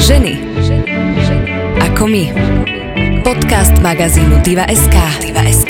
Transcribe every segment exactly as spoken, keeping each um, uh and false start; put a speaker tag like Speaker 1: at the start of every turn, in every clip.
Speaker 1: Ženy ako my. Podcast magazínu Diva.sk. Diva.sk.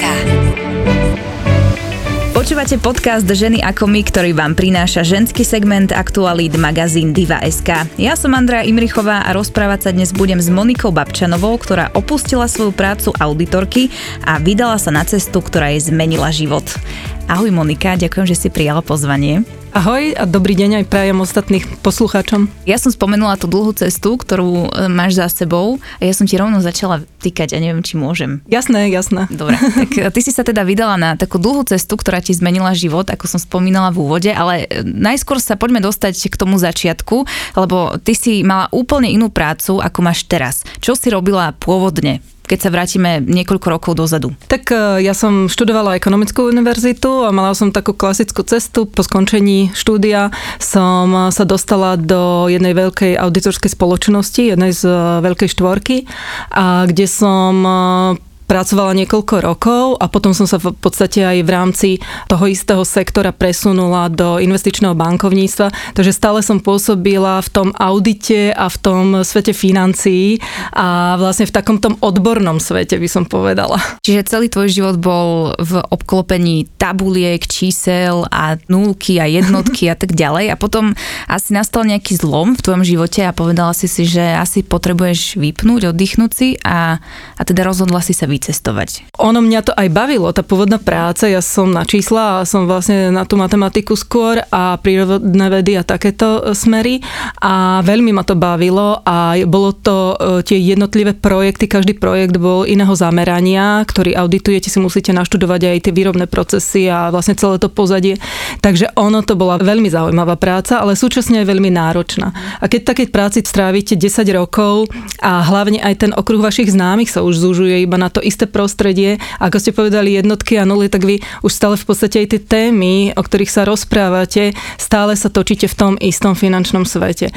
Speaker 2: Počúvate podcast Ženy ako my, ktorý vám prináša ženský segment aktualít magazín Diva.sk. Ja som Andrea Imrichová a rozprávať sa dnes budem s Monikou Babčanovou, ktorá opustila svoju prácu auditorky a vydala sa na cestu, ktorá jej zmenila život. Ahoj Monika, ďakujem, že si prijala pozvanie.
Speaker 3: Ahoj a dobrý deň aj prajem ostatných poslucháčom.
Speaker 2: Ja som spomenula tú dlhú cestu, ktorú máš za sebou a ja som ti rovno začala týkať a neviem, či môžem.
Speaker 3: Jasné, jasné.
Speaker 2: Dobre, tak ty si sa teda vydala na takú dlhú cestu, ktorá ti zmenila život, ako som spomínala v úvode, ale najskôr sa poďme dostať k tomu začiatku, lebo ty si mala úplne inú prácu, ako máš teraz. Čo si robila pôvodne, keď sa vrátime niekoľko rokov dozadu?
Speaker 3: Tak ja som študovala ekonomickú univerzitu a mala som takú klasickú cestu. Po skončení štúdia som sa dostala do jednej veľkej auditorskej spoločnosti, jednej z veľkej štvorky, a kde som pracovala niekoľko rokov a potom som sa v podstate aj v rámci toho istého sektora presunula do investičného bankovníctva, takže stále som pôsobila v tom audite a v tom svete financií a vlastne v takom tom odbornom svete by som povedala.
Speaker 2: Čiže celý tvoj život bol v obklopení tabuliek, čísel a nulky a jednotky a tak ďalej a potom asi nastal nejaký zlom v tvojom živote a povedala si si, že asi potrebuješ vypnúť, oddychnúť si a, a teda rozhodla si sa cestovať.
Speaker 3: Ono mňa to aj bavilo, tá pôvodná práca, ja som na čísla a som vlastne na tú matematiku skôr a prírodné vedy a takéto smery a veľmi ma to bavilo a bolo to tie jednotlivé projekty, každý projekt bol iného zamerania, ktorý auditujete, si musíte naštudovať aj tie výrobné procesy a vlastne celé to pozadie, takže ono to bola veľmi zaujímavá práca, ale súčasne aj veľmi náročná. A keď takej práci strávite desať rokov a hlavne aj ten okruh vašich známych sa už zúžuje iba na to isté prostredie. Ako ste povedali jednotky a nuly, tak vy už stále v podstate aj tie témy, o ktorých sa rozprávate, stále sa točíte v tom istom finančnom svete.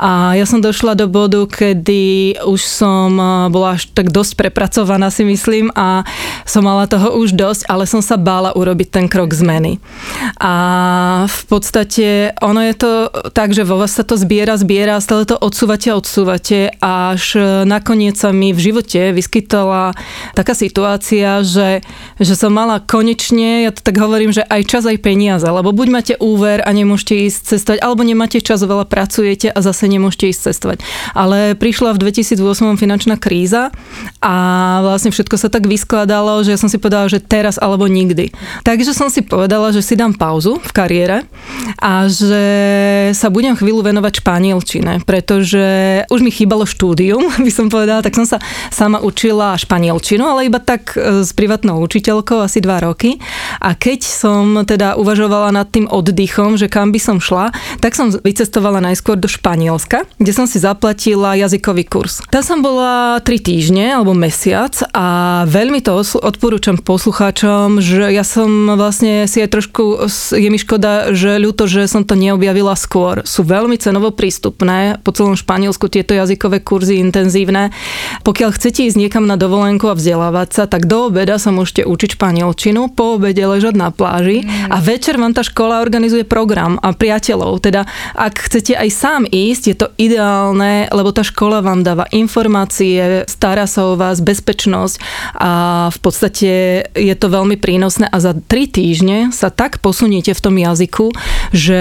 Speaker 3: A ja som došla do bodu, kedy už som bola až tak dosť prepracovaná, si myslím, a som mala toho už dosť, ale som sa bála urobiť ten krok zmeny. A v podstate ono je to tak, že vo vás sa to zbiera, zbiera, stále to odsúvate a odsúvate, až nakoniec sa mi v živote vyskytala taká situácia, že, že som mala konečne, ja to tak hovorím, že aj čas, aj peniaze, lebo buď máte úver a nemôžete ísť cestovať, alebo nemáte čas, veľa pracujete a zase nemôžete ísť cestovať. Ale prišla v dvetisícosem finančná kríza a vlastne všetko sa tak vyskladalo, že ja som si povedala, že teraz alebo nikdy. Takže som si povedala, že si dám pauzu v kariére a že sa budem chvíľu venovať španielčine, pretože už mi chýbalo štúdium, by som povedala, tak som sa sama učila španielčinu, ale iba tak s privátnou učiteľkou asi dva roky. A keď som teda uvažovala nad tým oddychom, že kam by som šla, tak som vycestovala najskôr do Španielska, kde som si zaplatila jazykový kurz. Tam som bola tri týždne alebo mesiac a veľmi to odporúčam poslucháčom, že ja som vlastne si aj trošku, je mi škoda, že ľúto, že som to neobjavila skôr. Sú veľmi cenovo prístupné po celom Španielsku tieto jazykové kurzy intenzívne. Pokiaľ chcete ísť niekam na dovolenku a vzdelávať sa, tak do obeda sa môžete učiť španielčinu, po obede ležať na pláži mm. a večer vám tá škola organizuje program a priateľov. Teda ak chcete aj sám ísť, je to ideálne, lebo tá škola vám dáva informácie, stará sa o vás, bezpečnosť a v podstate je to veľmi prínosné a za tri týždne sa tak posuniete v tom jazyku, že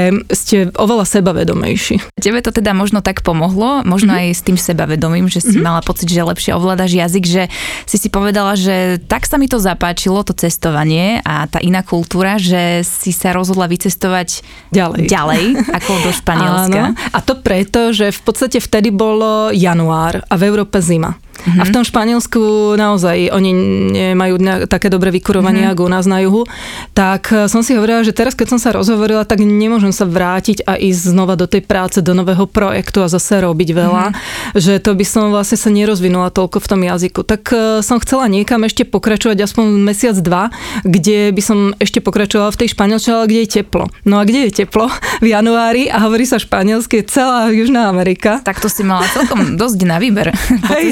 Speaker 3: ste oveľa sebavedomejší.
Speaker 2: Tebe to teda možno tak pomohlo, možno mm-hmm. aj s tým sebavedomím, že si mm-hmm. mala pocit, že lepšie ovládaš jazyk, že si si povedala, že tak sa mi to zapáčilo, to cestovanie a tá iná kultúra, že si sa rozhodla vycestovať ďalej, ďalej ako do Španielska.
Speaker 3: Áno. A to preto, že v podstate vtedy bolo január a v Európe zima. Mm-hmm. A v tom Španielsku naozaj oni nemajú také dobré vykurovanie mm-hmm. ako u nás na juhu. Tak som si hovorila, že teraz, keď som sa rozhovorila, tak nemôžem sa vrátiť a ísť znova do tej práce, do nového projektu a zase robiť veľa. Mm-hmm. Že to by som vlastne sa nerozvinula toľko v tom jazyku. Tak som chcela niekam ešte pokračovať aspoň mesiac, dva, kde by som ešte pokračovala v tej španielčine, ale kde je teplo. No a kde je teplo? V januári a hovorí sa španielsky, celá Južná Amerika.
Speaker 2: Tak to si mala celkom dosť na výber.
Speaker 3: Hej, hej.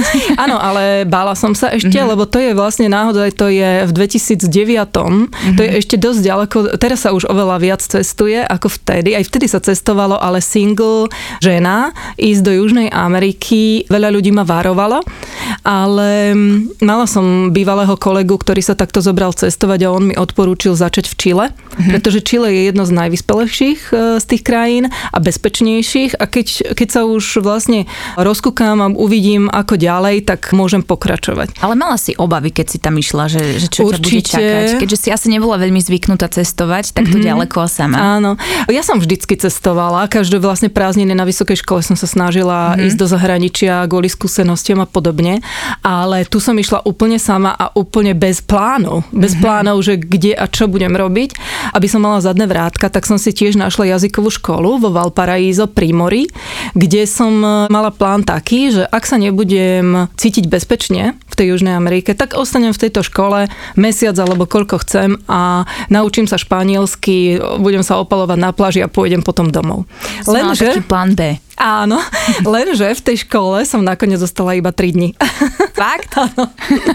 Speaker 3: Áno, ale bála som sa ešte, mm-hmm. lebo to je vlastne náhodou, to je v dvetisícdeväť. Mm-hmm. To je ešte dosť ďaleko. Teraz sa už oveľa viac cestuje ako vtedy. Aj vtedy sa cestovalo, ale single žena ísť do Južnej Ameriky, veľa ľudí ma varovalo, ale mala som bývalého kolegu, ktorý sa takto zobral cestovať a on mi odporúčil začať v Čile, mm-hmm. pretože Čile je jedno z najvyspelejších z tých krajín a bezpečnejších a keď, keď sa už vlastne rozkúkam a uvidím ako ďalej, tak môžem pokračovať.
Speaker 2: Ale mala si obavy, keď si tam išla, že, že čo Určite. ťa bude čakať? Keďže si asi nebola veľmi zvyknutá cestovať, tak to mm-hmm. ďaleko a sama.
Speaker 3: Áno. Ja som vždycky cestovala. Každé vlastne prázdniny na vysokej škole som sa snažila mm-hmm. ísť do zahraničia kvôli skúsenostiam a podobne. Ale tu som išla úplne sama a úplne bez plánov. Bez mm-hmm. plánov, že kde a čo budem robiť. Aby som mala zadné vrátka, tak som si tiež našla jazykovú školu vo Valparaíso pri mori, kde som mala plán taký, že ak sa nebudem cítiť bezpečne v tej Južnej Amerike, tak ostanem v tejto škole mesiac alebo koľko chcem a naučím sa španielsky, budem sa opalovať na pláži a pôjdem potom domov.
Speaker 2: Lenže taký plán B.
Speaker 3: Áno, lenže v tej škole som nakoniec zostala iba tri dni.
Speaker 2: Fakt?
Speaker 3: Áno.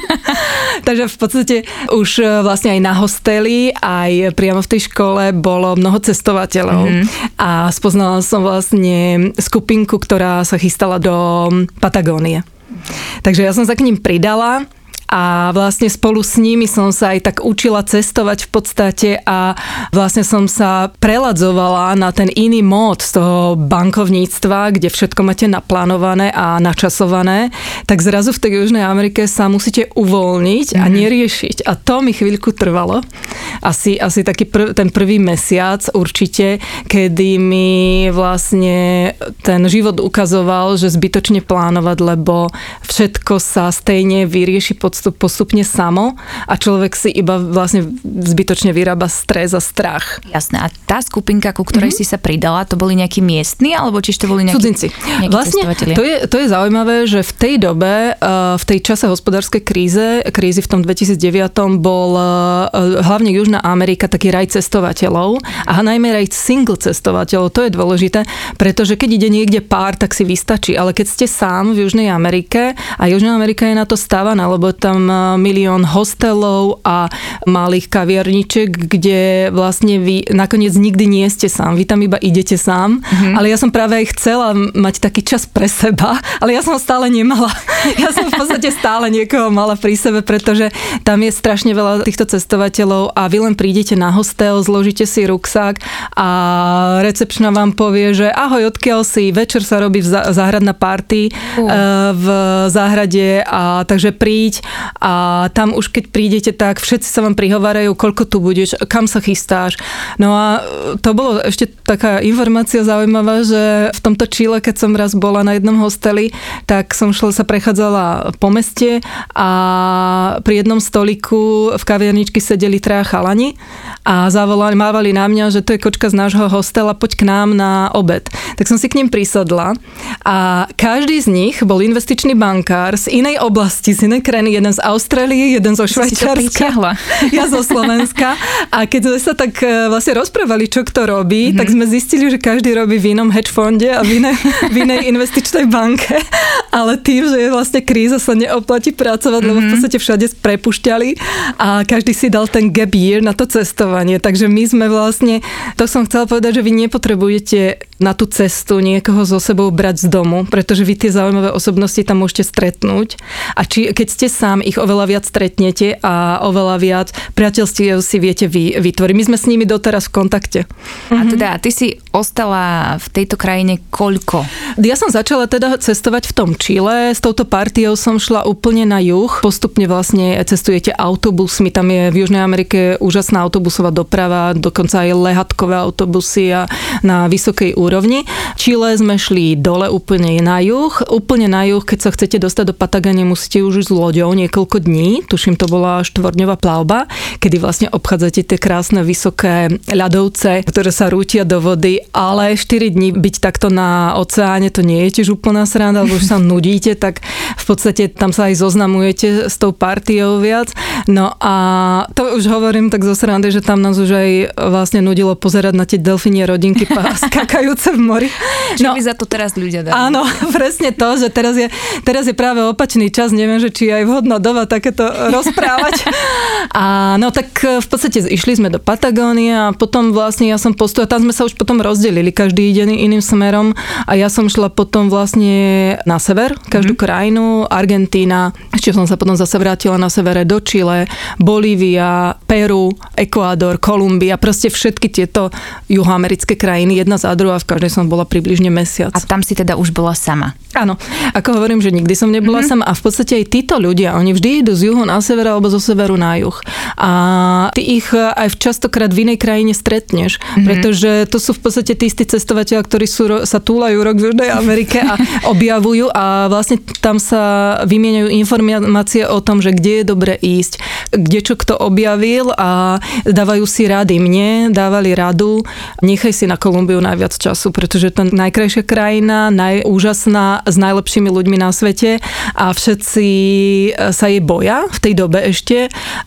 Speaker 3: Takže v podstate už vlastne aj na hosteli, aj priamo v tej škole bolo mnoho cestovateľov. Mm-hmm. A spoznala som vlastne skupinku, ktorá sa chystala do Patagónie. Takže ja som sa k ním pridala. A vlastne spolu s nimi som sa aj tak učila cestovať v podstate a vlastne som sa preladzovala na ten iný mód z toho bankovníctva, kde všetko máte naplánované a načasované, tak zrazu v tej Južnej Amerike sa musíte uvoľniť a neriešiť. A to mi chvíľku trvalo. Asi, asi taký prv, ten prvý mesiac určite, kedy mi vlastne ten život ukazoval, že zbytočne plánovať, lebo všetko sa stejne vyrieši pod postupne samo a človek si iba vlastne zbytočne vyrába stres a strach.
Speaker 2: Jasné. A tá skupinka, ku ktorej mm-hmm. si sa pridala, to boli nejakí miestni, alebo čiže to boli nejakí
Speaker 3: cudzinci?
Speaker 2: Nejakí
Speaker 3: vlastne to je, to je zaujímavé, že v tej dobe, v tej čase hospodárskej kríze, krízy v tom dvetisícdeväť bol hlavne Južná Amerika taký raj cestovateľov a najmä raj single cestovateľov. To je dôležité, pretože keď ide niekde pár, tak si vystačí, ale keď ste sám v Južnej Amerike a Južná Amerika je na to stávaná, lebo tam milión hostelov a malých kaviarniček, kde vlastne vy nakoniec nikdy nie ste sám. Vy tam iba idete sám. Mm-hmm. Ale ja som práve aj chcela mať taký čas pre seba, ale ja som ho stále nemala. Ja som v podstate stále niekoho mala pri sebe, pretože tam je strašne veľa týchto cestovateľov a vy len prídete na hostel, zložíte si ruksák a recepčná vám povie, že ahoj, odkiaľ si, večer sa robí záhradná party uh. v záhrade a takže príď. A tam už keď prídete, tak všetci sa vám prihovárajú, koľko tu budeš, kam sa chystáš. No a to bolo ešte taká informácia zaujímavá, že v tomto Čile, keď som raz bola na jednom hosteli, tak som šla, sa prechádzala po meste a pri jednom stoliku v kaviarničke sedeli traja chalani a zavolali, mávali na mňa, že to je kočka z nášho hostela, poď k nám na obed. Tak som si k nim prisadla a každý z nich bol investičný bankár z inej oblasti, z inej krajiny, jeden z Austrálie, jeden zo Švajčiarska. Ja zo Slovenska. A keď sme sa tak vlastne rozprávali, čo kto robí, mm-hmm. tak sme zistili, že každý robí v inom hedge fonde a v inej, v inej investičnej banke. Ale tým, že je vlastne kríza, sa neoplatí pracovať, mm-hmm. lebo v podstate všade prepušťali a každý si dal ten gap year na to cestovanie. Takže my sme vlastne, to som chcela povedať, že vy nepotrebujete na tú cestu niekoho so sebou brať z domu, pretože vy tie zaujímavé osobnosti tam môžete stretnúť. A či, keď ste sám, ich oveľa viac stretnete a oveľa viac priateľstiev si viete vy, vytvoriť. My sme s nimi doteraz v kontakte.
Speaker 2: A teda, ty si ostala v tejto krajine koľko?
Speaker 3: Ja som začala teda cestovať v tom Čile. S touto partiou som šla úplne na juh. Postupne vlastne cestujete autobusmi. Tam je v Južnej Amerike úžasná autobusová doprava, dokonca aj lehatkové autobusy a na vysokej úrovni. Čile sme šli dole úplne na juh. Úplne na juh, keď sa chcete dostať do Patagónie, musíte už s loďou niekoľko dní. Tuším, to bola štvorňová plavba, kedy vlastne obchádzate tie krásne vysoké ľadovce, ktoré sa rútia do vody, ale štyri dní byť takto na oceáne, to nie je tiež úplná sranda, alebo už sa nudíte, tak v podstate tam sa aj zoznamujete s tou partiou viac. No a to už hovorím tak zo srandy, že tam nás už aj vlastne nudilo pozerať na tie delfínie rodinky skakajúce v mori.
Speaker 2: Čo by za to teraz ľudia dali?
Speaker 3: Áno, presne to, že teraz je, teraz je práve opačný čas, neviem, že či je aj vhodná doba takéto rozprávať. A no tak v podstate išli sme do Patagónie a potom vlastne ja som postupovala, tam sme sa už potom rozdelili, každý ide iným smerom a ja som šla potom vlastne na sever, každú mm. krajinu, Argentína, ešte som sa potom zase vrátila na severe do Čile, Bolívia, Peru, Ekvádor, Kolumbia, proste všetky tieto juhoamerické krajiny, jedna za druhou a v každej som bola približne mesiac.
Speaker 2: A tam si teda už bola sama?
Speaker 3: Áno, ako hovorím, že nikdy som nebola mm-hmm. sama a v podstate aj títo ľudia, oni vždy idú z juhu na sever alebo zo severu na juh. A ty ich aj častokrát v inej krajine stretneš, mm-hmm. pretože to sú v podstate tí istí cestovatelia, ktorí sú, sa túlajú rok v Južnej Amerike a objavujú a vlastne tam sa vymieňajú informácie o tom, že kde je dobre ísť, kde čo kto objavil a dávajú si rady. Mne dávali radu, nechaj si na Kolumbiu najviac času, pretože to je najkrajšia krajina, najúžasná, s najlepšími ľuďmi na svete a všetci sa jej boja v tej dobe ešte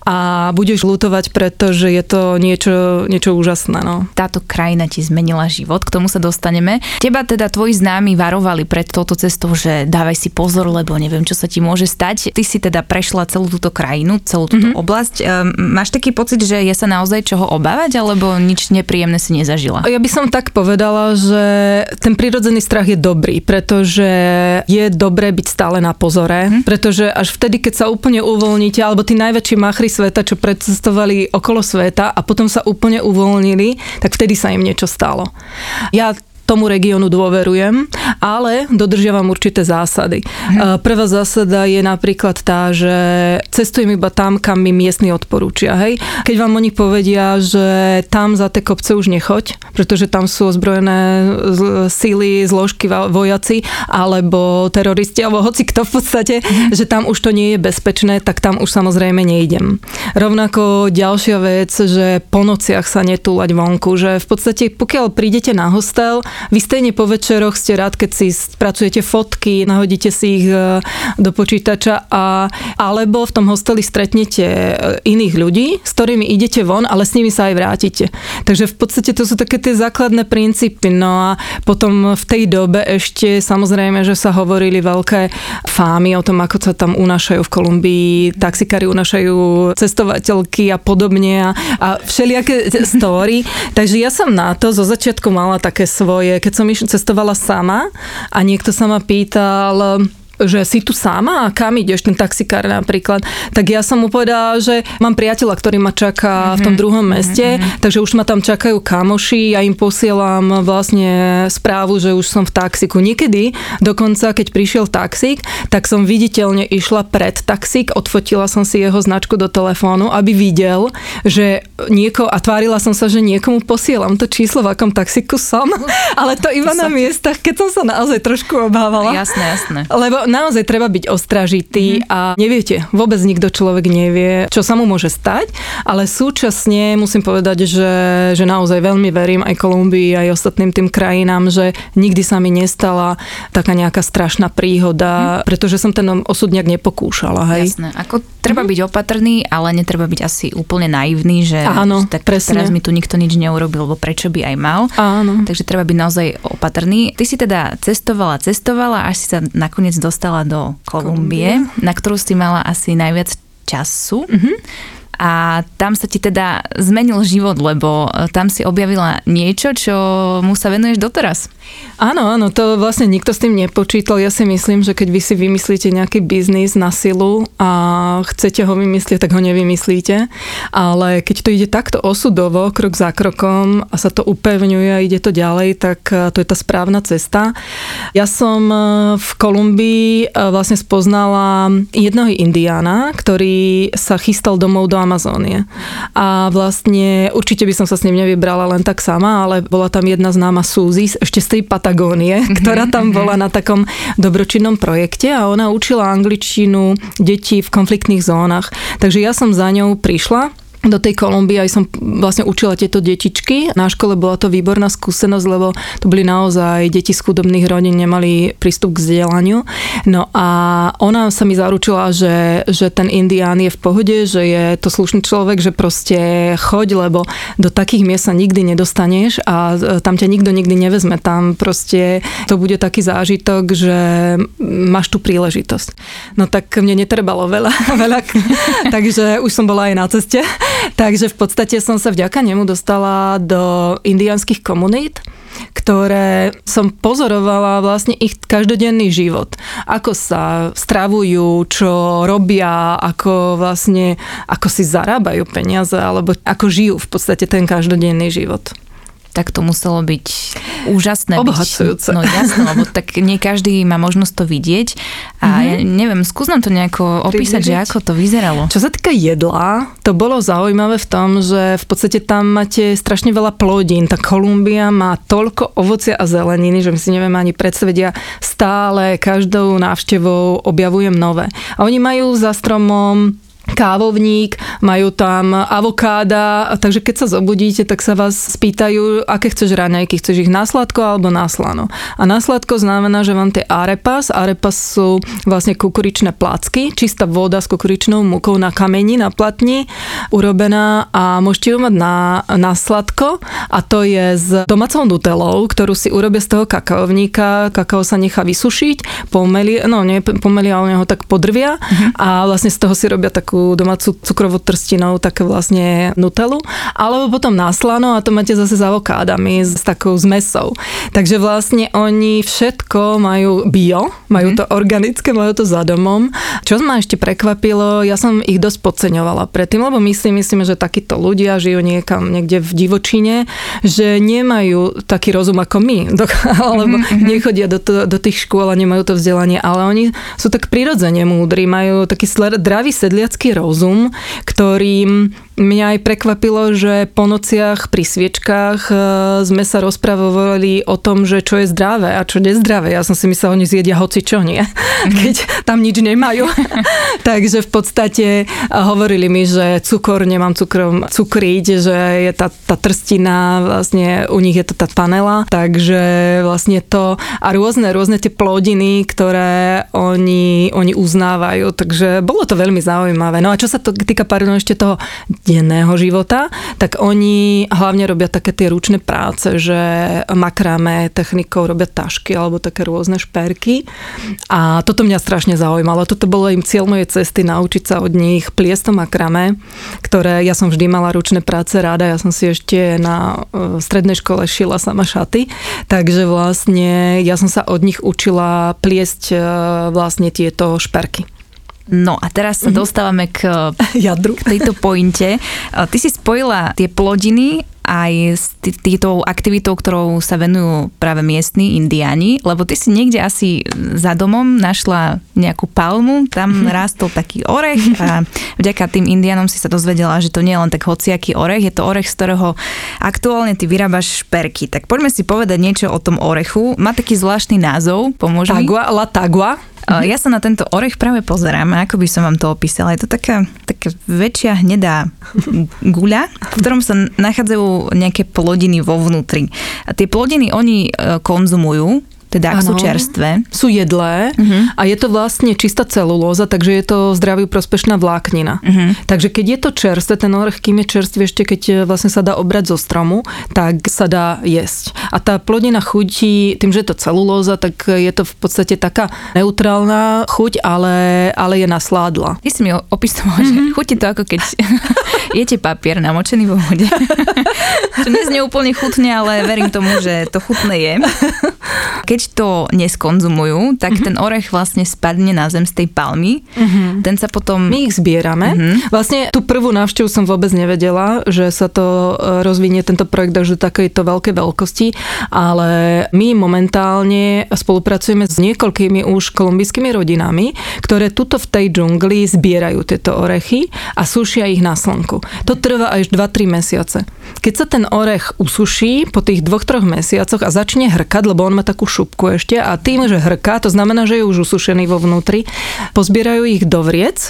Speaker 3: a budeš ľutovať, pretože je to niečo, niečo úžasné. No.
Speaker 2: Táto krajina ti zmenila život, k tomu sa dostaneme. Teba teda tvoji známi varovali pred touto cestou, že dávaj si pozor, lebo neviem, čo sa ti môže stať. Ty si teda prešla celú túto krajinu, celú túto mm-hmm. oblasť. Máš taký pocit, že je sa naozaj čoho obávať, alebo nič nepríjemné si nezažila?
Speaker 3: Ja by som tak povedala, že ten prirodzený strach je dobrý, pretože je dobré byť stále na pozore, mm. pretože až vtedy, keď sa úplne uvoľníte, alebo tí najväčší machry sveta, čo predcestovali okolo sveta a potom sa úplne uvoľnili, tak vtedy sa im niečo stalo. Ja tomu regiónu dôverujem, ale dodržiavam určité zásady. Mhm. Prvá zásada je napríklad tá, že cestujem iba tam, kam mi miestni odporúčia. Hej? Keď vám oni povedia, že tam za tie kopce už nechoď, pretože tam sú ozbrojené síly, zložky, vojaci, alebo teroristi, alebo hoci kto v podstate, mhm. že tam už to nie je bezpečné, tak tam už samozrejme neidem. Rovnako ďalšia vec, že po nociach sa netúlať vonku, že v podstate pokiaľ prídete na hostel, vy stejne po večeroch ste rád, keď si spracujete fotky, nahodíte si ich do počítača a, alebo v tom hosteli stretnete iných ľudí, s ktorými idete von, ale s nimi sa aj vrátite. Takže v podstate to sú také tie základné princípy. No a potom v tej dobe ešte samozrejme, že sa hovorili veľké fámy o tom, ako sa tam unášajú v Kolumbii, taxikári unášajú cestovateľky a podobne a, a všelijaké story. Takže ja som na to zo začiatku mala také svoje, keď som cestovala sama a niekto sa ma pýtal, že si tu sama a kam ideš, ten taxikár napríklad, tak ja som mu povedala, že mám priateľa, ktorý ma čaká v tom druhom meste, mm-hmm. takže už ma tam čakajú kamoši, ja im posielam vlastne správu, že už som v taxiku. Niekedy, dokonca keď prišiel taxík, tak som viditeľne išla pred taxík, odfotila som si jeho značku do telefónu, aby videl, že nieko, a tvárila som sa, že niekomu posielam to číslo, v akom taxíku som, ale to iba na miestach, keď som sa naozaj trošku obávala.
Speaker 2: Jasné, jasné.
Speaker 3: Lebo naozaj treba byť ostražitý mm-hmm. a neviete, vôbec nikto človek nevie, čo sa mu môže stať, ale súčasne musím povedať, že, že naozaj veľmi verím aj Kolumbii, aj ostatným tým krajinám, že nikdy sa mi nestala taká nejaká strašná príhoda, mm. pretože som ten osud nejak nepokúšala. Hej?
Speaker 2: Jasné, ako treba mm-hmm. byť opatrný, ale netreba byť asi úplne naivný, že,
Speaker 3: áno,
Speaker 2: že tak
Speaker 3: presne.
Speaker 2: Teraz mi tu nikto nič neurobil, lebo prečo by aj mal.
Speaker 3: Áno.
Speaker 2: Takže treba byť naozaj opatrný. Ty si teda cestovala, cestovala, až si sa nakoniec dostala do Kolumbie, Kolumbie, na ktorú si mala asi najviac času. Mm-hmm. A tam sa ti teda zmenil život, lebo tam si objavila niečo, čo mu sa venuješ doteraz.
Speaker 3: Áno, áno, to vlastne nikto s tým nepočítal. Ja si myslím, že keď vy si vymyslíte nejaký biznis na silu a chcete ho vymyslieť, tak ho nevymyslíte. Ale keď to ide takto osudovo, krok za krokom a sa to upevňuje a ide to ďalej, tak to je tá správna cesta. Ja som v Kolumbii vlastne spoznala jedného indiána, ktorý sa chystal domov do Amazónie. A vlastne určite by som sa s ním nevybrala len tak sama, ale bola tam jedna známa Suzy, ešte z tej Patagónie, ktorá tam bola na takom dobročinnom projekte a ona učila angličtinu deti v konfliktných zónach. Takže ja som za ňou prišla do tej Kolumbii, aj som vlastne učila tieto detičky. Na škole bola to výborná skúsenosť, lebo to boli naozaj deti z chudobných rodín, nemali prístup k vzdelaniu. No a ona sa mi zaručila, že, že ten Indián je v pohode, že je to slušný človek, že proste choď, lebo do takých miest sa nikdy nedostaneš a tam ťa nikto nikdy nevezme. Tam proste to bude taký zážitok, že máš tú príležitosť. No tak mne netrebalo veľa, veľa takže už som bola aj na ceste. Takže v podstate som sa vďaka nemu dostala do indiánskych komunít, ktoré som pozorovala vlastne ich každodenný život. Ako sa stravujú, čo robia, ako vlastne, ako si zarábajú peniaze, alebo ako žijú v podstate ten každodenný život.
Speaker 2: Tak to muselo byť úžasné.
Speaker 3: Obohacujúce.
Speaker 2: Byť, no jasno, lebo tak nie každý má možnosť to vidieť a mm-hmm. ja neviem, skús nám to nejako opísať, že ako to vyzeralo.
Speaker 3: Čo sa týka jedla, to bolo zaujímavé v tom, že v podstate tam máte strašne veľa plodín. Tá Kolumbia má toľko ovocia a zeleniny, že my si nevieme ani predstaviť. Ja stále každou návštevou objavujem nové. A oni majú za stromom kávovník, majú tam avokáda, takže keď sa zobudíte, tak sa vás spýtajú, aké chceš raňajky, chceš ich na sladko alebo na slano. A na sladko znamená, že vám tie arepas, arepas sú vlastne kukuričné placky, čistá voda s kukuričnou múkou na kameni, na platni, urobená a môžete ju mať na, na sladko a to je s domácou nutelou, ktorú si urobia z toho kakaovníka, kakao sa nechá vysušiť, pomelia, no nie pomelia, ale ho tak podrvia uh-huh. a vlastne z toho si robia takú domácu cukrovú trstinou, také vlastne nutelu, alebo potom na slano a to máte zase s avokádami, s takou zmesou. Takže vlastne oni všetko majú bio, majú to organické, majú to za domom. Čo ma ešte prekvapilo, ja som ich dosť podceňovala predtým, lebo myslím, myslím, že takíto ľudia žijú niekam niekde v divočine, že nemajú taký rozum ako my, alebo mm-hmm. nechodia do, to, do tých škôl a nemajú to vzdelanie, ale oni sú tak prirodzene múdri, majú taký zdravý sedliacky rozum, ktorým mňa aj prekvapilo, že po nociach pri sviečkách sme sa rozprávovali o tom, že čo je zdravé a čo nezdravé. Ja som si myslela, oni zjedia hoci čo nie, mm-hmm. keď tam nič nemajú. Takže v podstate hovorili mi, že cukor nemám cukrom cukriť, že je tá, tá trstina, vlastne u nich je to tá panela, takže vlastne to a rôzne, rôzne tie plodiny, ktoré oni, oni uznávajú, takže bolo to veľmi zaujímavé. No a čo sa to týka, pardon, ešte toho denného života, tak oni hlavne robia také tie ručné práce, že makrame technikou robia tašky alebo také rôzne šperky a toto mňa strašne zaujímalo. Toto bolo im cieľ mojej cesty, naučiť sa od nich pliesť to makrame, ktoré ja som vždy mala ručné práce ráda, ja som si ešte na strednej škole šila sama šaty, takže vlastne ja som sa od nich učila pliesť vlastne tieto šperky.
Speaker 2: No a teraz sa dostávame k
Speaker 3: jadru,
Speaker 2: k tejto pointe. Ty si spojila tie plodiny aj s t- týtou aktivitou, ktorou sa venujú práve miestni indiáni, lebo ty si niekde asi za domom našla nejakú palmu, tam rástol taký orech a vďaka tým indiánom si sa dozvedela, že to nie je len tak hociaký orech, je to orech, z ktorého aktuálne ty vyrábaš šperky. Tak poďme si povedať niečo o tom orechu. Má taký zvláštny názov, pomôž mi.
Speaker 3: Tagua, la tagua.
Speaker 2: Ja sa na tento orech práve pozerám a ako by som vám to opísala. Je to taká, taká väčšia hnedá guľa, v ktorom sa nachádzajú nejaké plodiny vo vnútri. A tie plodiny oni konzumujú, teda ak ano, sú čerstvé.
Speaker 3: Sú jedlé uh-huh. a je to vlastne čistá celulóza, takže je to zdraviu prospešná vláknina. Uh-huh. Takže keď je to čerstvé, ten orech, kým je čerstvý, ešte keď vlastne sa dá obrať zo stromu, tak sa dá jesť. A tá plodina chutí, tým, že je to celulóza, tak je to v podstate taká neutrálna chuť, ale, ale je nasládla.
Speaker 2: Ty si mi opisovala, uh-huh. že chutí to ako keď jete papier namočený vo vode. Čo neznie úplne chutne, ale verím tomu, že to chutné je. Keď to neskonzumujú, tak uh-huh. ten orech vlastne spadne na zem z tej palmy. Uh-huh. Ten sa potom...
Speaker 3: My ich zbierame. Uh-huh. Vlastne tú prvú návštevu som vôbec nevedela, že sa to rozvinie tento projekt až do takejto veľkej veľkosti, ale my momentálne spolupracujeme s niekoľkými už kolumbijskými rodinami, ktoré tuto v tej džungli zbierajú tieto orechy a sušia ich na slnku. To trvá až dva tri mesiace. Keď sa ten orech usuší po tých dvoch troch mesiacoch a začne hrkať, lebo on má takú šupu, trúbku ešte a tým, že hrká, to znamená, že je už usušený vo vnútri, pozbierajú ich do vriec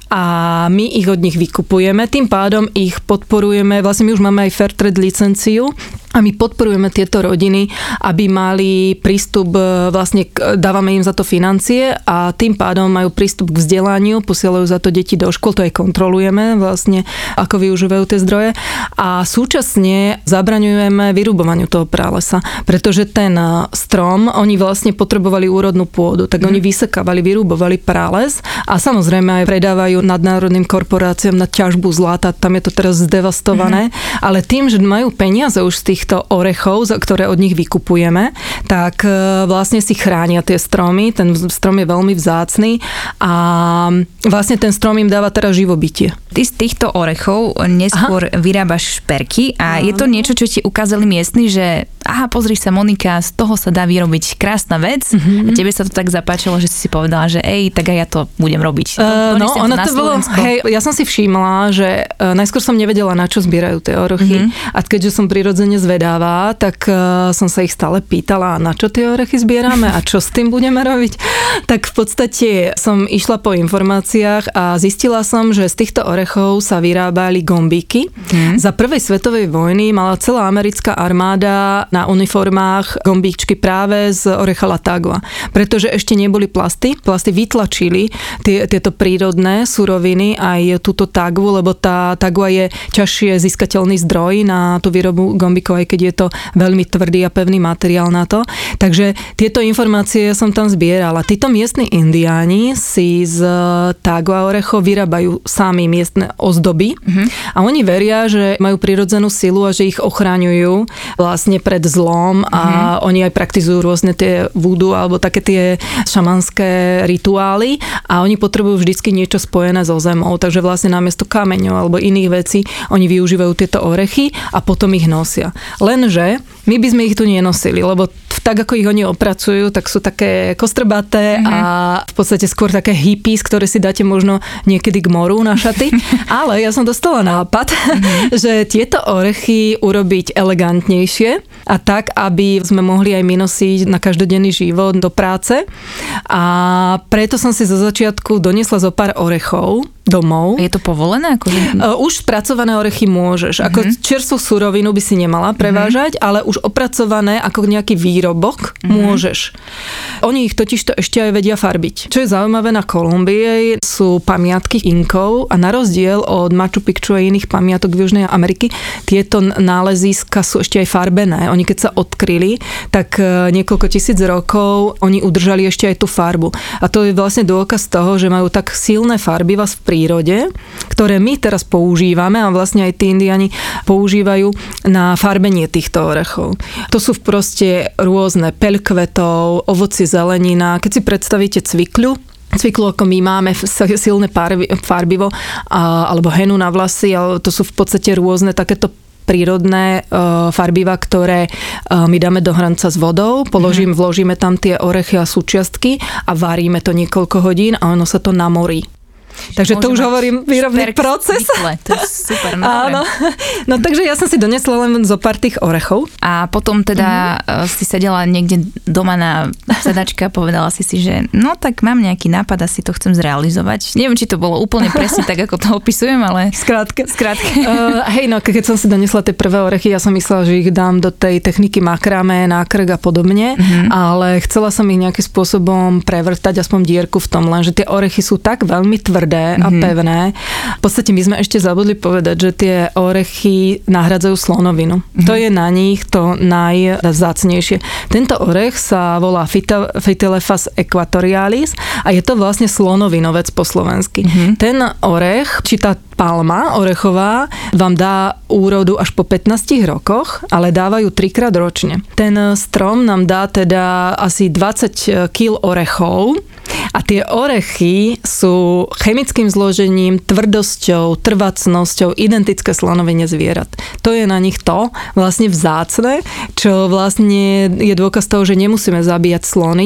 Speaker 3: a my ich od nich vykupujeme, tým pádom ich podporujeme, vlastne my už máme aj Fairtrade licenciu a my podporujeme tieto rodiny, aby mali prístup, vlastne dávame im za to financie a tým pádom majú prístup k vzdelaniu, posielajú za to deti do škôl, to aj kontrolujeme vlastne, ako využívajú tie zdroje a súčasne zabraňujeme vyrubovaniu toho pralesa, pretože ten strom, oni vlastne potrebovali úrodnú pôdu, tak mm. oni vysekávali, vyrubovali prales a samozrejme aj predávajú nadnárodným korporáciám na ťažbu zlata, tam je to teraz zdevastované, mm. ale tým, že majú peniaze už z tých týchto orechov, ktoré od nich vykupujeme, tak vlastne si chránia tie stromy. Ten strom je veľmi vzácny a vlastne ten strom im dáva teraz živobytie.
Speaker 2: Ty z týchto orechov neskôr aha. vyrábaš šperky a aha. je to niečo, čo ti ukázali miestni, že aha, pozri sa Monika, z toho sa dá vyrobiť krásna vec mm-hmm. a tebe sa to tak zapáčilo, že si si povedala, že ej, tak aj ja to budem robiť.
Speaker 3: Uh, no, ono to bolo, hej, ja som si všimla, že uh, najskôr som nevedela, na čo zbierajú tie orechy mm-hmm. a keďže som prirodzene zvedavá, tak uh, som sa ich stále pýtala, na čo tie orechy zbierame a čo s tým budeme robiť. Tak v podstate som išla po informáciách a zistila som, že z týchto orechov sa vyrábali gombíky. Mm-hmm. Za prvej svetovej vojny mala celá americká armáda na uniformách gombíčky práve z orecha Latagua. Pretože ešte neboli plasty. Plasty vytlačili tie, tieto prírodné suroviny aj túto tagvu, lebo tá tagua je ťažšie získateľný zdroj na tú výrobu gombíkov, aj keď je to veľmi tvrdý a pevný materiál na to. Takže tieto informácie som tam zbierala. Títo miestni indiáni si z tagua orechov vyrábajú sami miestne ozdoby mm-hmm. a oni veria, že majú prirodzenú silu a že ich ochraňujú vlastne pred zlom a mm-hmm. oni aj praktizujú rôzne tie vúdu alebo také tie šamanské rituály a oni potrebujú vždycky niečo spojené so zemou, takže vlastne namiesto kameňov alebo iných vecí oni využívajú tieto orechy a potom ich nosia. Lenže my by sme ich tu nenosili, lebo tak ako ich oni opracujú, tak sú také kostrbaté mm-hmm. a v podstate skôr také hippies, ktoré si dáte možno niekedy k moru na šaty. Ale ja som dostala nápad, mm-hmm. že tieto orechy urobiť elegantnejšie a tak, aby sme mohli aj my nosiť na každodenný život do práce. A preto som si zo začiatku doniesla zo pár orechov domov.
Speaker 2: Je to povolené? Akože...
Speaker 3: Už spracované orechy môžeš. Ako mm-hmm. čerstvú surovinu by si nemala prevážať, mm-hmm. ale už opracované ako nejaký výrobok mm-hmm. môžeš. Oni ich totižto ešte aj vedia farbiť. Čo je zaujímavé na Kolumbii, sú pamiatky Inkov a na rozdiel od Machu Picchu a iných pamiatok v Južnej Ameriky, tieto nálezíska sú ešte aj farbené. Oni keď sa odkryli, tak niekoľko tisíc rokov oni udržali ešte aj tú farbu. A to je vlastne dôkaz toho, že majú tak silné farbiva v prírode, ktoré my teraz používame a vlastne aj tí indiáni používajú na farbenie týchto orechov. To sú proste rôzne peľ kvetov, ovoci, zelenina. Keď si predstavíte cvikľu, cviklu, ako my máme silné farbivo alebo henu na vlasy, ale to sú v podstate rôzne takéto prírodné uh, farbiva, ktoré uh, my dáme do hranca s vodou, položím, mm. vložíme tam tie orechy a súčiastky a varíme to niekoľko hodín a ono sa to namorí. Takže to už hovorím výrobný proces.
Speaker 2: Cvikle, to je super.
Speaker 3: Áno. No takže ja som si donesla len zo pár tých orechov.
Speaker 2: A potom teda mm-hmm. si sedela niekde doma na sedačke a povedala si si, že no tak mám nejaký nápad a si to chcem zrealizovať. Neviem, či to bolo úplne presne tak, ako to opisujem, ale
Speaker 3: skrátke.
Speaker 2: Skrátke.
Speaker 3: Uh, hej, no keď som si donesla tie prvé orechy, ja som myslela, že ich dám do tej techniky makrame, nákrk a podobne, mm-hmm. ale chcela som ich nejakým spôsobom prevrtať, aspoň dierku v tom, lenže tie orechy sú tak veľmi tvrdé a pevné. V podstate my sme ešte zabudli povedať, že tie orechy nahradzajú slonovinu. Mm-hmm. To je na nich to najvzácnejšie. Tento orech sa volá Phytelephas equatorialis a je to vlastne slonovinovec po slovensky. Mm-hmm. Ten orech, či tá palma orechová vám dá úrodu až po pätnástich rokoch, ale dávajú trikrát ročne. Ten strom nám dá teda asi dvadsať kíl orechov a tie orechy sú chemickým zložením, tvrdosťou, trvacnosťou identické slonovine zvierat. To je na nich to vlastne vzácne, čo vlastne je dôkaz toho, že nemusíme zabíjať slony,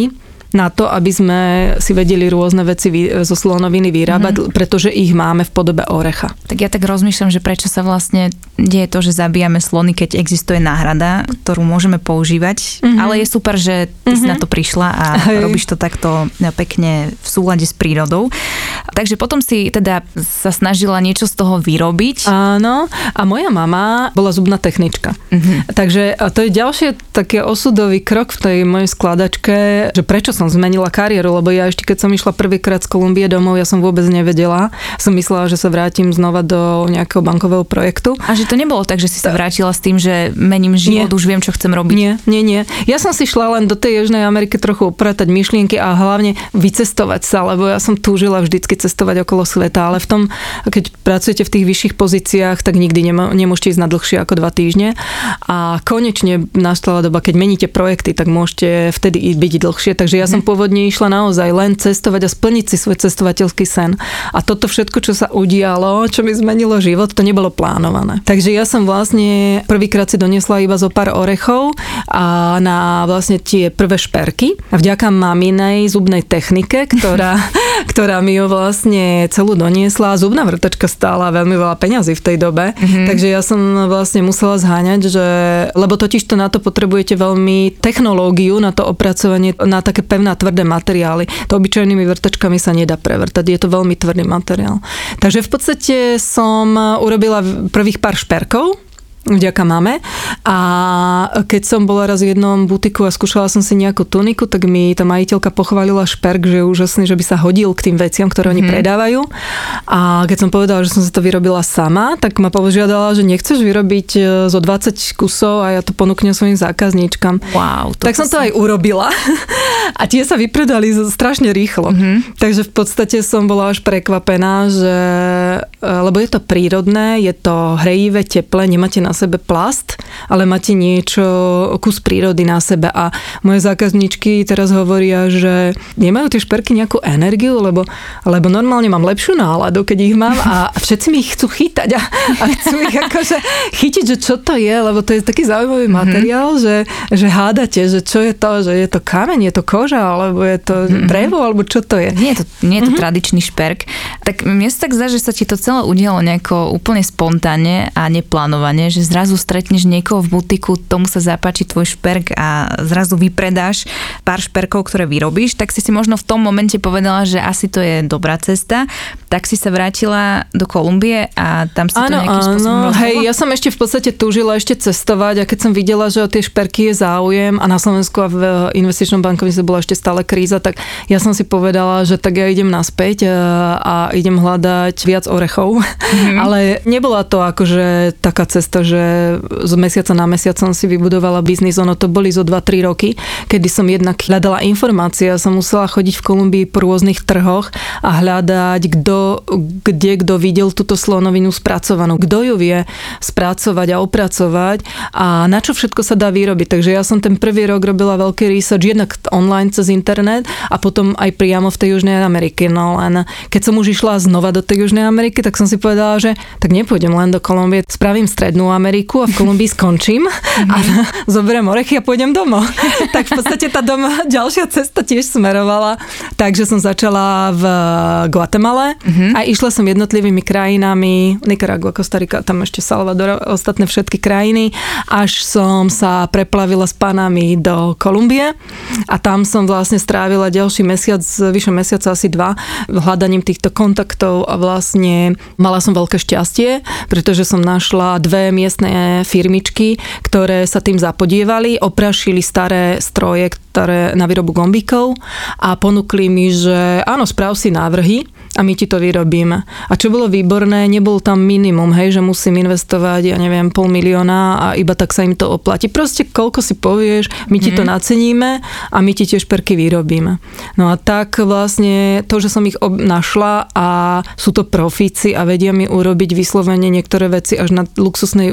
Speaker 3: na to, aby sme si vedeli rôzne veci zo slonoviny vyrábať, mm-hmm. pretože ich máme v podobe orecha.
Speaker 2: Tak ja tak rozmýšľam, že prečo sa vlastne deje to, že zabíjame slony, keď existuje náhrada, ktorú môžeme používať, mm-hmm. ale je super, že ty mm-hmm. si na to prišla a Hej. robíš to takto pekne v súlade s prírodou. Takže potom si teda sa snažila niečo z toho vyrobiť.
Speaker 3: Áno, a moja mama bola zubná technička. Mm-hmm. Takže a to je ďalšie také osudový krok v tej mojej skladačke, že prečo som zmenila kariéru, lebo ja ešte keď som išla prvýkrát z Kolumbie domov, ja som vôbec nevedela. Som myslela, že sa vrátim znova do nejakého bankového projektu.
Speaker 2: A že to nebolo tak, že si sa vrátila s tým, že mením život, nie. už viem, čo chcem robiť.
Speaker 3: Nie, nie, nie. Ja som si šla len do tej Južnej Ameriky trochu upratať myšlienky a hlavne vycestovať sa, lebo ja som túžila vždycky cestovať okolo sveta, ale v tom, keď pracujete v tých vyšších pozíciách, tak nikdy nemôžete ísť na dlhšie ako dva týždne. A konečne nastala doba, keď meníte projekty, tak môžete vtedy byť dlhšie. Takže ja som pôvodne išla naozaj len cestovať a splniť si svoj cestovateľský sen. A toto všetko, čo sa udialo, čo mi zmenilo život, to nebolo plánované. Takže ja som vlastne prvýkrát si doniesla iba zo pár orechov a na vlastne tie prvé šperky. A vďaka maminej zubnej technike, ktorá, ktorá mi ju vlastne celú doniesla. Zubná vrtačka stála veľmi veľa peňazí v tej dobe. Mm-hmm. Takže ja som vlastne musela zháňať, že lebo totiž to na to potrebujete veľmi technológiu, na to opracovanie, na také pevné tvrdé materiály. To obyčajnými vrtačkami sa nedá prevrtať. Je to veľmi tvrdý materiál. Takže v podstate som urobila prvých pár šperkov, vďaka mame. A keď som bola raz v jednom butiku a skúšala som si nejakú tuniku, tak mi tá majiteľka pochválila šperk, že je úžasný, že by sa hodil k tým veciam, ktoré oni mm. predávajú. A keď som povedala, že som si to vyrobila sama, tak ma požiadala, že nechceš vyrobiť zo dvadsať kusov a ja to ponúknem svojim zákazníčkam.
Speaker 2: Wow,
Speaker 3: tak som to aj urobila. A tie sa vypredali strašne rýchlo. Mm-hmm. Takže v podstate som bola až prekvapená, že lebo je to prírodné, je to hrejivé, teplé, nemáte na sebe plast, ale máte niečo, kus prírody na sebe a moje zákazníčky teraz hovoria, že nemajú tie šperky nejakú energiu, lebo, lebo normálne mám lepšiu náladu, keď ich mám a všetci mi ich chcú chytať a, a chcú ich akože chytiť, že čo to je, lebo to je taký zaujímavý materiál, mm-hmm. že, že hádate, že čo je to, že je to kameň, je to koža, alebo je to mm-hmm. drevo, alebo čo to je.
Speaker 2: Nie je to, nie je to mm-hmm. tradičný šperk. Tak mne sa tak zdá, že sa ti to celé udialo nejako úplne spontánne a neplánovane, že zrazu stretneš niekoho v butiku, tomu sa zapáči tvoj šperk a zrazu vypredáš pár šperkov, ktoré vyrobíš, tak si si možno v tom momente povedala, že asi to je dobrá cesta, tak si sa vrátila do Kolumbie a tam si
Speaker 3: áno,
Speaker 2: to nejakým spôsobom rozhodla?
Speaker 3: Hej, ja som ešte v podstate túžila ešte cestovať a keď som videla, že o tie šperky je záujem a na Slovensku a v investičnom bankovníctve bola ešte stále kríza, tak ja som si povedala, že tak ja idem naspäť a idem hľadať viac orechov, mm-hmm. ale nebola to akože taká cesta, že z mesiaca na mesiac som si vybudovala biznis, ono to boli zo dva tri roky, kedy som jednak hľadala informácie, som musela chodiť v Kolumbii po rôznych trhoch a hľadať, kto, kde kto videl túto slonovinu spracovanú, kto ju vie spracovať a opracovať a na čo všetko sa dá vyrobiť. Takže ja som ten prvý rok robila veľký research, jednak online cez internet a potom aj priamo v tej Južnej Amerike. No len keď som už išla znova do tej Južnej Ameriky, tak som si povedala, že tak nepôjdem len do Kolumbie, spravím Strednú Ameriku a v Kolumbii skončím a zoberiem orechy a pôjdem domov. Tak v podstate tá dom, ďalšia cesta tiež smerovala. Takže som začala v Guatemale uh-huh. a išla som jednotlivými krajinami, Nicaragua, Kostarika, tam ešte Salvador, ostatné všetky krajiny, až som sa preplavila s panami do Kolumbie a tam som vlastne strávila ďalší mesiac, vyše mesiaca, asi dva, hľadaním týchto kontaktov a vlastne mala som veľké šťastie, pretože som našla dve miestne firmičky, ktoré sa tým zapodievali, oprašili staré stroje, ktoré na výrobu gombíkov a ponúkli mi, že áno, správ si návrhy a my ti to vyrobíme. A čo bolo výborné, nebol tam minimum, hej, že musím investovať, ja neviem, pol milióna a iba tak sa im to oplatí. Proste koľko si povieš, my ti mm. to naceníme a my ti tie šperky vyrobíme. No a tak vlastne to, že som ich ob- našla a sú to profíci a vedia mi urobiť vyslovene niektoré veci až na luxusnej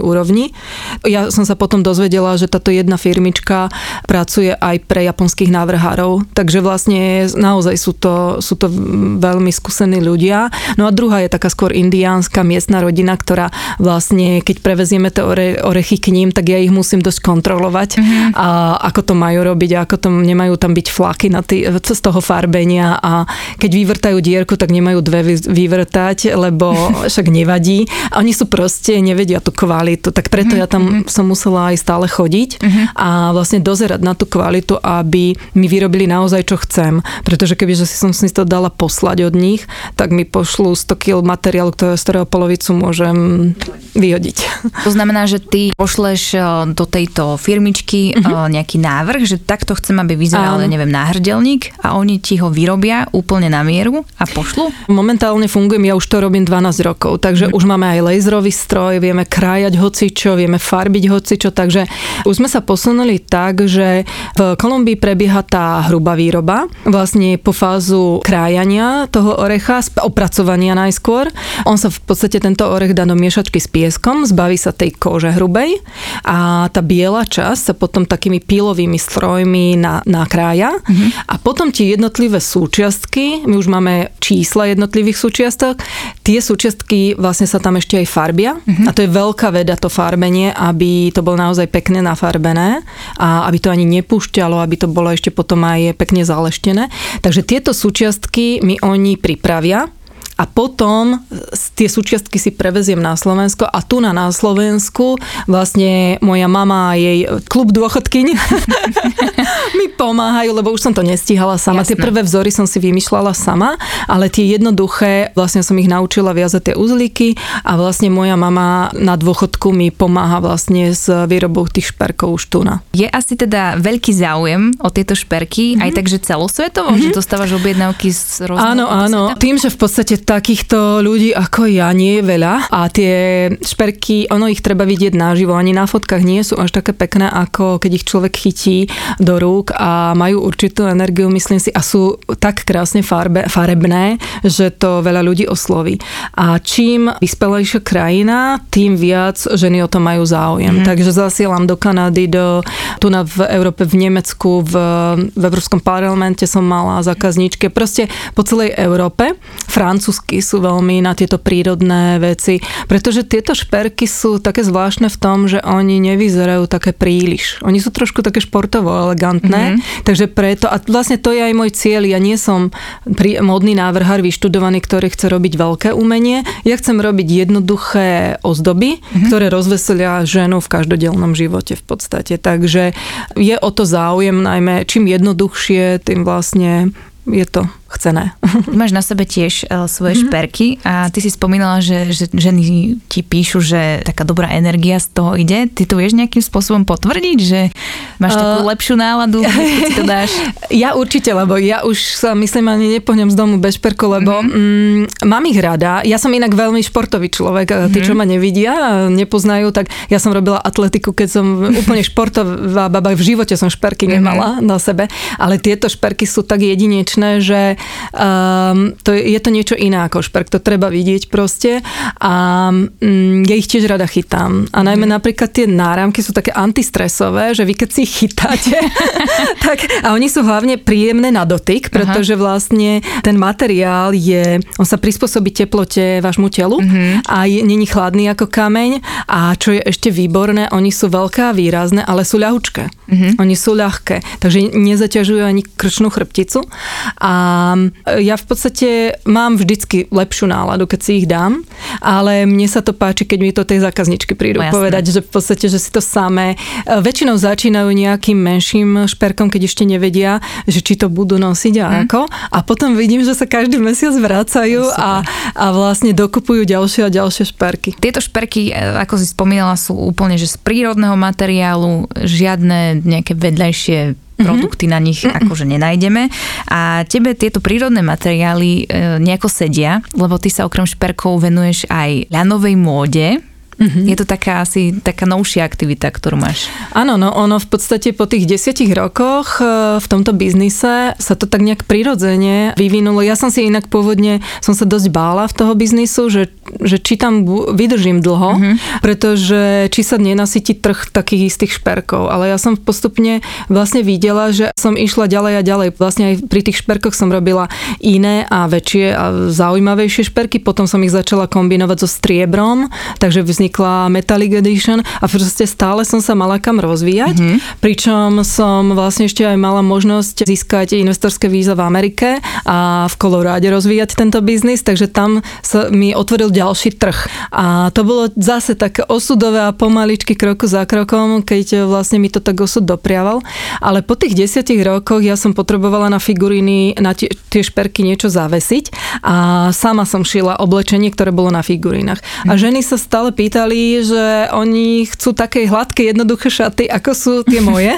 Speaker 3: úrovni. Ja som sa potom dozvedela, že táto jedna firmička pracuje aj pre japonských návrhárov, takže vlastne naozaj sú to, sú to veľmi skúsení ľudia. No a druhá je taká skôr indiánska miestna rodina, ktorá vlastne, keď prevezieme tie ore, orechy k ním, tak ja ich musím dosť kontrolovať mm-hmm. a ako to majú robiť a ako to nemajú tam byť flaky na tý, z toho farbenia a keď vyvrtajú dierku, tak nemajú dve vyvrtať, lebo však nevadí. A oni sú proste, nevedia tú kvalitu, tak preto mm-hmm. ja tam som musela aj stále chodiť mm-hmm. a vlastne dozerať na tú kvalitu, aby mi vyrobili naozaj, čo chcem. Pretože kebyže si som si to dala poslať od nich, tak mi pošlú sto kíl materiálu, ktoré, z ktorého polovicu môžem vyhodiť.
Speaker 2: To znamená, že ty pošleš do tejto firmičky mm-hmm. nejaký návrh, že takto chcem, aby vyzeral, neviem, náhrdelník a oni ti ho vyrobia úplne na mieru a pošlu?
Speaker 3: Momentálne fungujem, ja už to robím dvanásť rokov, takže mm. už máme aj laserový stroj, vieme krájať hocičo, vieme farbiť hocičo, takže už sme sa posunuli tak, že v Kolumbii prebieha tá hrubá výroba, vlastne po fázu krájania toho orecha, opracovania najskôr. On sa v podstate tento orech dá do miešačky s pieskom, zbaví sa tej kože hrubej a tá biela časť sa potom takými pílovými strojmi na, nakrája mm-hmm. a potom tie jednotlivé súčiastky, my už máme čísla jednotlivých súčiastok, tie súčiastky vlastne sa tam ešte aj farbia mm-hmm. a to je veľká veda to farbenie, aby to bolo naozaj pekne nafarbené a aby to ani nepúšťalo, aby to bolo ešte potom aj pekne zaleštené. Takže tieto súčiastky mi oni pripravia a potom tie súčiastky si preveziem na Slovensko a tu na, na Slovensku vlastne moja mama a jej klub dôchodkyň mi pomáhajú, lebo už som to nestíhala sama. Jasné. Tie prvé vzory som si vymýšľala sama, ale tie jednoduché, vlastne som ich naučila viazať tie uzlíky a vlastne moja mama na dôchodku mi pomáha vlastne s výrobou tých šperkov už tu na.
Speaker 2: Je asi teda veľký záujem o tieto šperky, mm-hmm. aj takže celosvetovo, mm-hmm. že dostávaš objednávky z rôznych.
Speaker 3: Áno, áno. Sveta? Tým, že v podstate takýchto ľudí ako ja nie je veľa a tie šperky, ono ich treba vidieť naživo, ani na fotkách nie sú až také pekné, ako keď ich človek chytí do rúk a majú určitú energiu, myslím si, a sú tak krásne farbe, farebné, že to veľa ľudí osloví. A čím vyspelejšia krajina, tým viac ženy o to majú záujem. Mm. Takže zasielam do Kanady, do, tu na v Európe, v Nemecku, v, v Európskom parlamente som mala zákazníčky, proste po celej Európe. Francúzsky sú veľmi na tieto prírodné veci, pretože tieto šperky sú také zvláštne v tom, že oni nevyzerajú také príliš. Oni sú trošku také športovo elegantné, mm-hmm. takže preto, a vlastne to je aj môj cieľ, ja nie som prí, modný návrhár vyštudovaný, ktorý chce robiť veľké umenie, ja chcem robiť jednoduché ozdoby, mm-hmm. ktoré rozveselia ženu v každodennom živote v podstate, takže je o to záujem, najmä čím jednoduchšie, tým vlastne je to chcené.
Speaker 2: Ty máš na sebe tiež uh, svoje mm-hmm. šperky a ty si spomínala, že, že ženy ti píšu, že taká dobrá energia z toho ide. Ty to vieš nejakým spôsobom potvrdiť, že máš uh, takú lepšiu náladu, keď si to dáš?
Speaker 3: Ja určite, lebo ja už sa myslím ani nepohnem z domu bez šperku, lebo mm-hmm. mm, mám ich rada. Ja som inak veľmi športový človek. Mm-hmm. Tí, čo ma nevidia a nepoznajú, tak ja som robila atletiku, keď som úplne športová baba. V živote som šperky nemala mm-hmm. na sebe, ale tieto šperky sú tak jedinečné, že Um, to je, je to niečo iné ako šperk, to treba vidieť proste a um, ja ich tiež rada chytám a najmä mm. napríklad tie náramky sú také antistresové, že vy keď si ich chytáte tak, a oni sú hlavne príjemné na dotyk, pretože Aha. vlastne ten materiál je, on sa prispôsobí teplote vášmu telu mm-hmm. a je, není chladný ako kameň a čo je ešte výborné, oni sú veľké a výrazné, ale sú ľahučké. Mm-hmm. Oni sú ľahké, takže nezaťažujú ani krčnú chrbticu a ja v podstate mám vždycky lepšiu náladu, keď si ich dám, ale mne sa to páči, keď mi to tej zákazničky prídu no, povedať, že v podstate, že si to samé. Väčšinou začínajú nejakým menším šperkom, keď ešte nevedia, že či to budú nosiť a mm. ako. A potom vidím, že sa každý mesiac vracajú a, a vlastne dokupujú ďalšie a ďalšie šperky.
Speaker 2: Tieto šperky, ako si spomínala, sú úplne že z prírodného materiálu, žiadne nejaké vedľajšie produkty mm-hmm. na nich akože nenájdeme. A tebe tieto prírodné materiály e, nejako sedia, lebo ty sa okrem šperkov venuješ aj ľanovej móde. Mm-hmm. Je to taká asi taká novšia aktivita, ktorú máš.
Speaker 3: Áno, no ono v podstate po tých desiatich rokoch v tomto biznise sa to tak nejak prirodzene vyvinulo. Ja som si inak pôvodne, som sa dosť bála v toho biznisu, že, že či tam vydržím dlho, mm-hmm. pretože či sa nenasytí trh takých istých šperkov. Ale ja som postupne vlastne videla, že som išla ďalej a ďalej. Vlastne aj pri tých šperkoch som robila iné a väčšie a zaujímavejšie šperky. Potom som ich začala kombinovať so striebrom, takže vznikla Metallic Edition a proste stále som sa mala kam rozvíjať. Mm-hmm. Pričom som vlastne ešte aj mala možnosť získať investorské víza v Amerike a v Koloráde rozvíjať tento biznis, takže tam sa mi otvoril ďalší trh. A to bolo zase také osudové a pomaličky kroku za krokom, keď vlastne mi to tak osud dopriaval. Ale po tých desiatich rokoch ja som potrebovala na figuríny, na tie, tie šperky niečo zavesiť a sama som šila oblečenie, ktoré bolo na figurínach. A ženy sa stále pýtali, že oni chcú také hladké, jednoduché šaty, ako sú tie moje.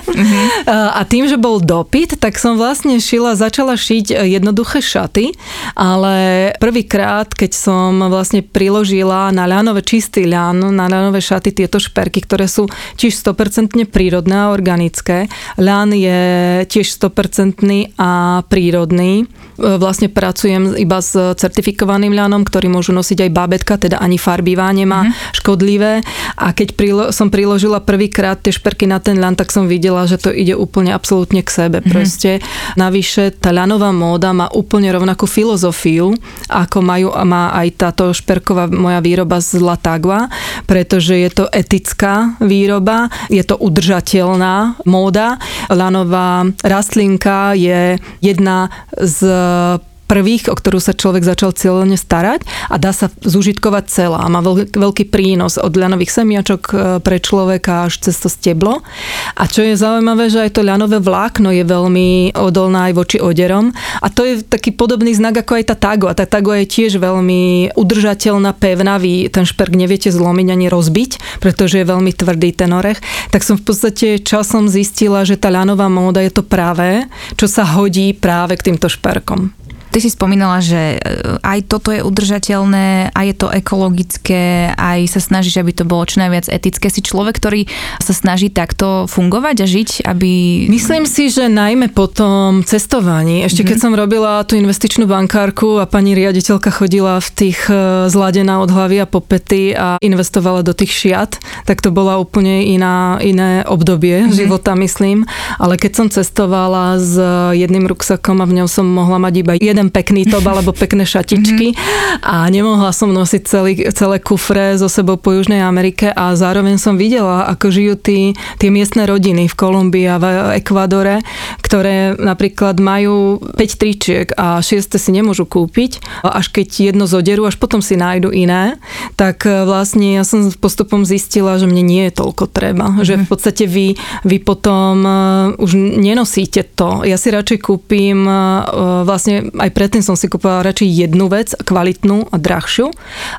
Speaker 3: A tým, že bol dopyt, tak som vlastne šila, začala šiť jednoduché šaty, ale prvýkrát, keď som vlastne priložila na ľanové, čistý ľan, na ľanové šaty tieto šperky, ktoré sú tiež sto percent prírodné a organické. Ľan je tiež sto percent a prírodný. Vlastne pracujem iba s certifikovaným ľanom, ktorý môžu nosiť aj bábätka, teda ani farbivá nemá mm. škodlivé. A keď prilo- som priložila prvýkrát tie šperky na ten ľan, tak som videla, že to ide úplne absolútne k sebe. Mm. Proste navyše tá ľanová móda má úplne rovnakú filozofiu, ako majú, má aj táto šperková moja výroba z Latagua, pretože je to etická výroba, je to udržateľná móda. Ľanová rastlinka je jedna z prvých, o ktorú sa človek začal cieľene starať a dá sa zužitkovať celá. Má veľký, veľký prínos od ľanových semiačok pre človeka až cez to steblo. A čo je zaujímavé, že aj to ľanové vlákno je veľmi odolné aj voči oderom. A to je taký podobný znak ako aj tá tagua. Tá tagua je tiež veľmi udržateľná, pevná. Vy ten šperk neviete zlomiť ani rozbiť, pretože je veľmi tvrdý ten orech. Tak som v podstate časom zistila, že tá ľanová móda je to práve, čo sa hodí práve k týmto šperkom.
Speaker 2: Ty si spomínala, že aj toto je udržateľné, aj je to ekologické, aj sa snažíš, aby to bolo čo najviac etické. Si človek, ktorý sa snaží takto fungovať a žiť, aby...
Speaker 3: Myslím si, že najmä po tom cestovaní, ešte keď mm-hmm. som robila tú investičnú bankárku a pani riaditeľka chodila v tých zladená od hlavy a po pety a investovala do tých šiat, tak to bola úplne iná, iné obdobie mm-hmm. života, myslím. Ale keď som cestovala s jedným ruksakom a v ňom som mohla mať iba jeden pekný top alebo pekné šatičky mm-hmm. a nemohla som nosiť celý, celé kufre so sebou po Južnej Amerike a zároveň som videla, ako žijú tí, tie miestne rodiny v Kolumbii a v Ekvádore, ktoré napríklad majú päť tričiek a šieste si nemôžu kúpiť, až keď jedno zoderú, až potom si nájdu iné, tak vlastne ja som postupom zistila, že mne nie je toľko treba. Mm-hmm. Že v podstate vy, vy potom už nenosíte to. Ja si radšej kúpim vlastne aj predtým som si kúpala radšej jednu vec, kvalitnú a drahšiu,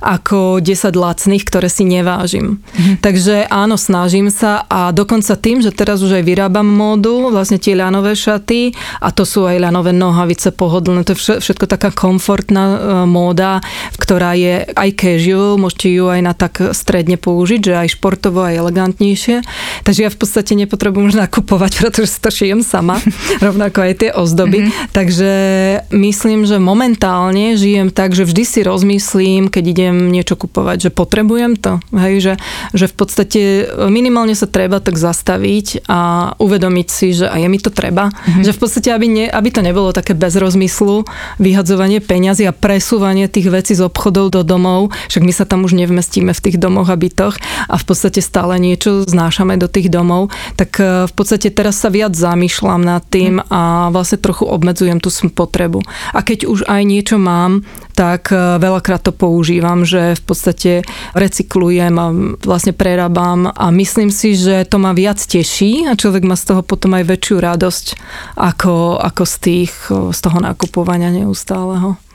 Speaker 3: ako desať lacných, ktoré si nevážim. Mhm. Takže áno, snažím sa a dokonca tým, že teraz už aj vyrábam módu, vlastne tie ľanové šaty a to sú aj ľanové nohavice pohodlné, to je všetko taká komfortná móda, ktorá je aj casual, môžete ju aj na tak stredne použiť, že aj športovo, aj elegantnejšie. Takže ja v podstate nepotrebujem už nakupovať, pretože si to šijem sama, rovnako aj tie ozdoby. Mhm. Takže myslím, že momentálne žijem tak, že vždy si rozmyslím, keď idem niečo kupovať, že potrebujem to. Hej, že, že v podstate minimálne sa treba tak zastaviť a uvedomiť si, že aj je mi to treba. Mm-hmm. Že v podstate, aby, ne, aby to nebolo také bez rozmyslu, vyhadzovanie peňazí a presúvanie tých vecí z obchodov do domov, však my sa tam už nevmestíme v tých domoch a bytoch a v podstate stále niečo znášame do tých domov, tak v podstate teraz sa viac zamýšľam nad tým a vlastne trochu obmedzujem tú spotrebu. A keď už aj niečo mám, tak veľakrát to používam, že v podstate recyklujem a vlastne prerábam a myslím si, že to ma viac teší a človek má z toho potom aj väčšiu radosť ako, ako z tých, z toho nakupovania neustáleho.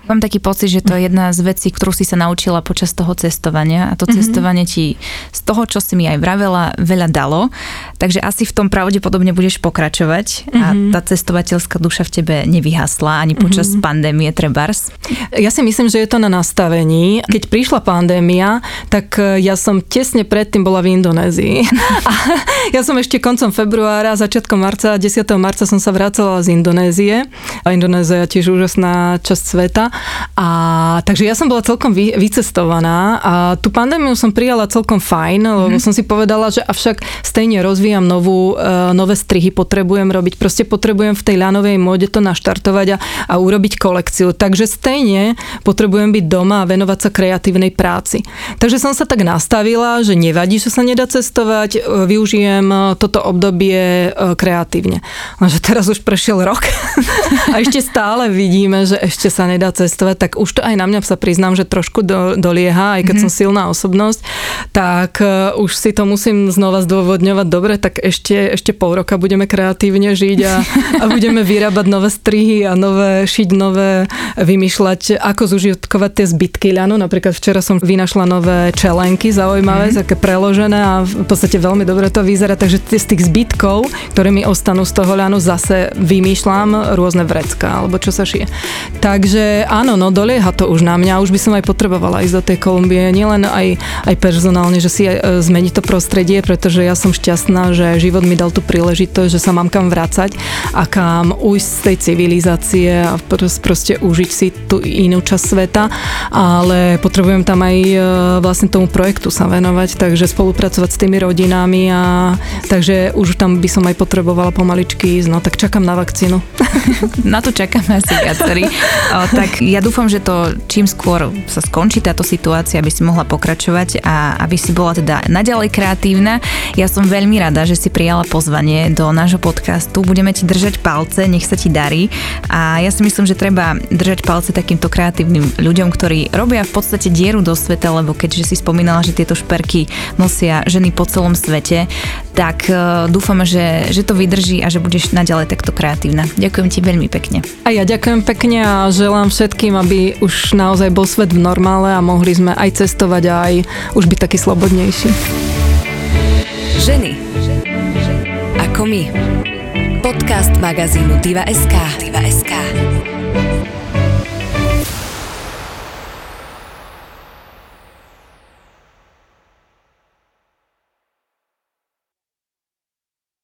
Speaker 2: Mám taký pocit, že to je jedna z vecí, ktorú si sa naučila počas toho cestovania a to mm-hmm. cestovanie ti z toho, čo si mi aj vravela, veľa dalo, takže asi v tom pravdepodobne budeš pokračovať mm-hmm. a tá cestovateľská duša v tebe nevyhasla ani počas mm-hmm. pandémie trebárs.
Speaker 3: Ja si myslím, že je to na nastavení. Keď prišla pandémia, tak ja som tesne predtým bola v Indonézii. A ja som ešte koncom februára, začiatkom marca, desiateho marca som sa vracala z Indonézie. A Indonézia je tiež úžasná časť sveta. A takže ja som bola celkom vy, vycestovaná a tú pandémiu som prijala celkom fajn, lebo mm. som si povedala, že avšak stejne rozvíjam novú, uh, nové strihy, potrebujem robiť, proste potrebujem v tej ľanovej móde to naštartovať a, a urobiť kolekciu. Takže stejne potrebujem byť doma a venovať sa kreatívnej práci. Takže som sa tak nastavila, že nevadí, že sa nedá cestovať, využijem toto obdobie kreatívne. Lenže teraz už prešiel rok a ešte stále vidíme, že ešte sa nedá cestovať, tak už to aj na mňa sa priznám, že trošku do, dolieha, aj keď mm-hmm. som silná osobnosť, tak uh, už si to musím znova zdôvodňovať. Dobre, tak ešte, ešte pol roka budeme kreatívne žiť a, a budeme vyrábať nové strihy a nové, šiť nové, vymýšľať, ako zužitkovať tie zbytky ľanu. Napríklad včera som vynašla nové čelenky zaujímavé, mm-hmm. také preložené a v podstate veľmi dobre to vyzerá, takže z tých zbytkov, ktoré mi ostanú z toho ľanu, zase vymýšľam rôzne vrecká, alebo čo sa šije. Takže áno, no dolieha to už na mňa, už by som aj potrebovala ísť do tej Kolumbie, nielen aj, aj personálne, že si aj zmeniť to prostredie, pretože ja som šťastná, že život mi dal tú príležitosť, že sa mám kam vracať a kam ujsť z tej civilizácie a proste užiť si tú inú časť sveta, ale potrebujem tam aj vlastne tomu projektu sa venovať, takže spolupracovať s tými rodinami a takže už tam by som aj potrebovala pomaličky ísť, no tak čakám na vakcínu.
Speaker 2: Na to čakáme asi viacerí. Tak ja dúfam, že to čím skôr sa skončí táto situácia, aby si mohla pokračovať a aby si bola teda naďalej kreatívna. Ja som veľmi rada, že si prijala pozvanie do nášho podcastu. Budeme ti držať palce, nech sa ti darí. A ja si myslím, že treba držať palce takýmto kreatívnym ľuďom, ktorí robia v podstate dieru do sveta, lebo keďže si spomínala, že tieto šperky nosia ženy po celom svete, tak uh, dúfame, že, že to vydrží a že budeš naďalej takto kreatívna. Ďakujem ti veľmi pekne.
Speaker 3: A ja ďakujem pekne a želám všetkým, aby už naozaj bol svet v normále a mohli sme aj cestovať a aj už byť taký slobodnejší.
Speaker 1: Ženy ako my. Podcast magazínu Diva bodka es ká. Diva bodka es ká.